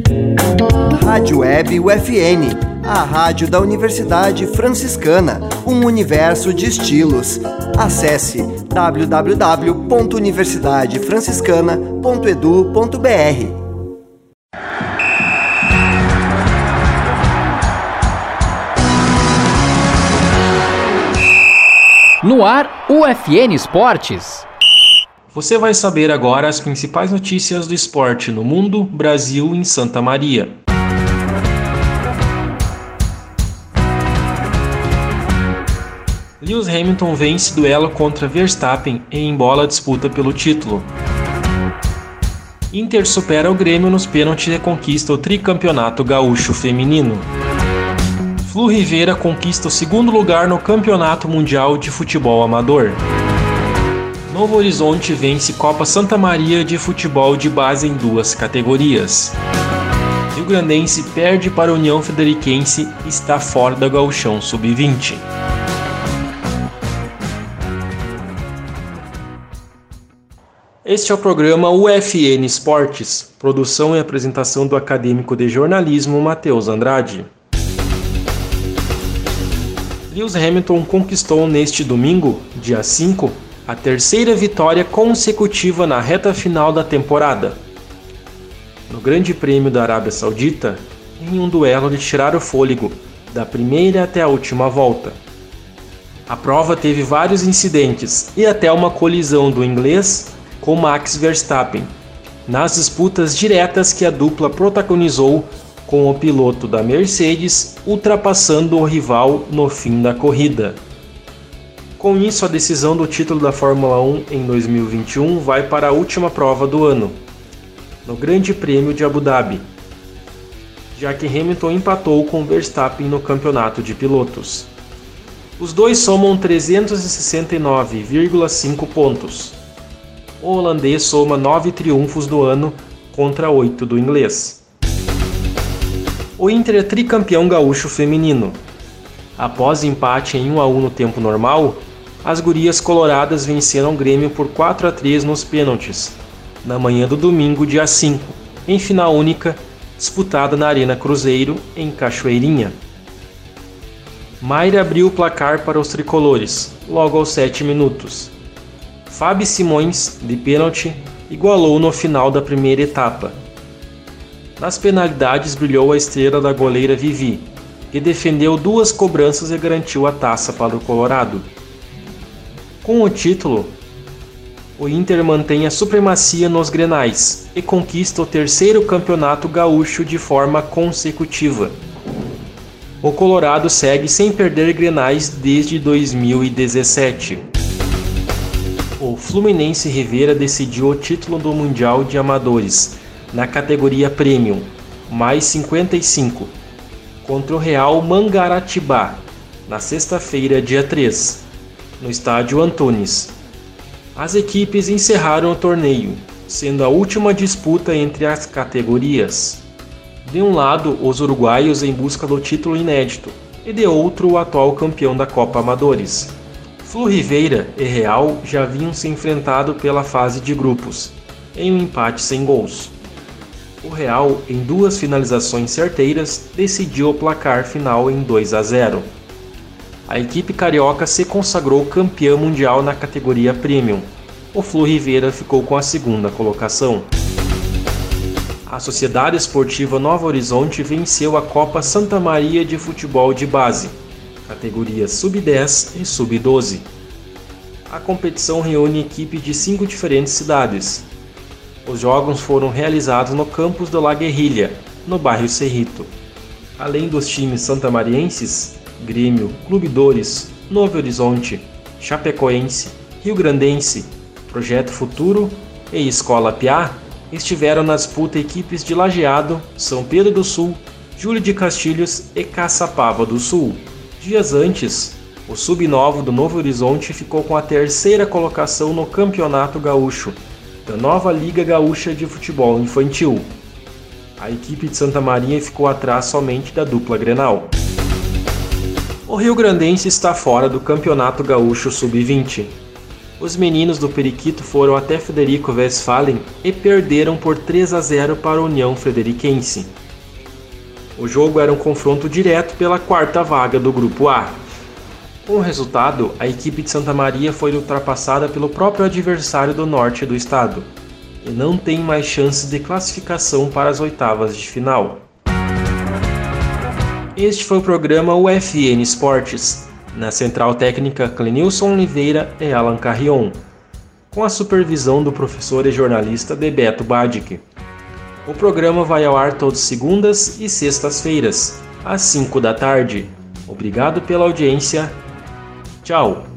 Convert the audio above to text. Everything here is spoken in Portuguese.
Rádio Web UFN, a rádio da Universidade Franciscana, um universo de estilos. Acesse www.universidadefranciscana.edu.br. No ar, UFN Esportes. Você vai saber agora as principais notícias do esporte no mundo, Brasil e em Santa Maria. Lewis Hamilton vence duelo contra Verstappen e embola a disputa pelo título. Inter supera o Grêmio nos pênaltis e conquista o tricampeonato gaúcho feminino. Flu Rivera conquista o segundo lugar no Campeonato Mundial de Futebol Amador. Novo Horizonte vence Copa Santa Maria de Futebol de Base em 2 categorias. Rio Grandense perde para a União Frederiquense e está fora da Gauchão Sub-20. Este é o programa UFN Esportes, produção e apresentação do acadêmico de jornalismo Matheus Andrade. Lewis Hamilton conquistou neste domingo, dia 5, a terceira vitória consecutiva na reta final da temporada. No Grande Prêmio da Arábia Saudita, em um duelo de tirar o fôlego, da primeira até a última volta. A prova teve vários incidentes e até uma colisão do inglês com Max Verstappen, nas disputas diretas que a dupla protagonizou com o piloto da Mercedes ultrapassando o rival no fim da corrida. Com isso, a decisão do título da Fórmula 1 em 2021 vai para a última prova do ano, no Grande Prêmio de Abu Dhabi, já que Hamilton empatou com Verstappen no campeonato de pilotos. Os dois somam 369,5 pontos. O holandês soma 9 triunfos do ano contra 8 do inglês. O Inter é tricampeão gaúcho feminino. Após empate em 1-1 no tempo normal, as gurias coloradas venceram o Grêmio por 4-3 nos pênaltis, na manhã do domingo, dia 5, em final única, disputada na Arena Cruzeiro, em Cachoeirinha. Mayra abriu o placar para os tricolores, logo aos 7 minutos. Fábio Simões, de pênalti, igualou no final da primeira etapa. Nas penalidades brilhou a estrela da goleira Vivi, que defendeu 2 cobranças e garantiu a taça para o Colorado. Com o título, o Inter mantém a supremacia nos grenais e conquista o terceiro campeonato gaúcho de forma consecutiva. O Colorado segue sem perder grenais desde 2017. O Fluminense Rivera decidiu o título do Mundial de Amadores, na categoria Premium, mais 55, contra o Real Mangaratibá, na sexta-feira, dia 3, no estádio Antunes. As equipes encerraram o torneio, sendo a última disputa entre as categorias. De um lado, os uruguaios em busca do título inédito, e de outro, o atual campeão da Copa Amadores. Flu Rivera e Real já haviam se enfrentado pela fase de grupos, em um empate sem gols. O Real, em 2 finalizações certeiras, decidiu o placar final em 2-0. A equipe carioca se consagrou campeã mundial na categoria Premium. O Flu Rivera ficou com a segunda colocação. A Sociedade Esportiva Novo Horizonte venceu a Copa Santa Maria de Futebol de Base, categorias Sub-10 e Sub-12. A competição reúne equipe de 5 diferentes cidades. Os jogos foram realizados no campus do La Guerrilha, no bairro Cerrito. Além dos times santamarienses, Grêmio, Clube Dores, Novo Horizonte, Chapecoense, Rio Grandense, Projeto Futuro e Escola Piá, estiveram na disputa equipes de Lajeado, São Pedro do Sul, Júlio de Castilhos e Caçapava do Sul. Dias antes, o Sub-9 do Novo Horizonte ficou com a terceira colocação no Campeonato Gaúcho, da nova Liga Gaúcha de Futebol Infantil. A equipe de Santa Maria ficou atrás somente da dupla Grenal. O Rio Grandense está fora do Campeonato Gaúcho Sub-20. Os meninos do Periquito foram até Frederico Westphalen e perderam por 3-0 para a União Frederiquense. O jogo era um confronto direto pela quarta vaga do Grupo A. Com o resultado, a equipe de Santa Maria foi ultrapassada pelo próprio adversário do norte do estado e não tem mais chance de classificação para as oitavas de final. Este foi o programa UFN Esportes. Na central técnica, Clenilson Oliveira e Alan Carrion, com a supervisão do professor e jornalista Bebeto Badic. O programa vai ao ar todas segundas e sextas-feiras, às 5 da tarde. Obrigado pela audiência. Tchau!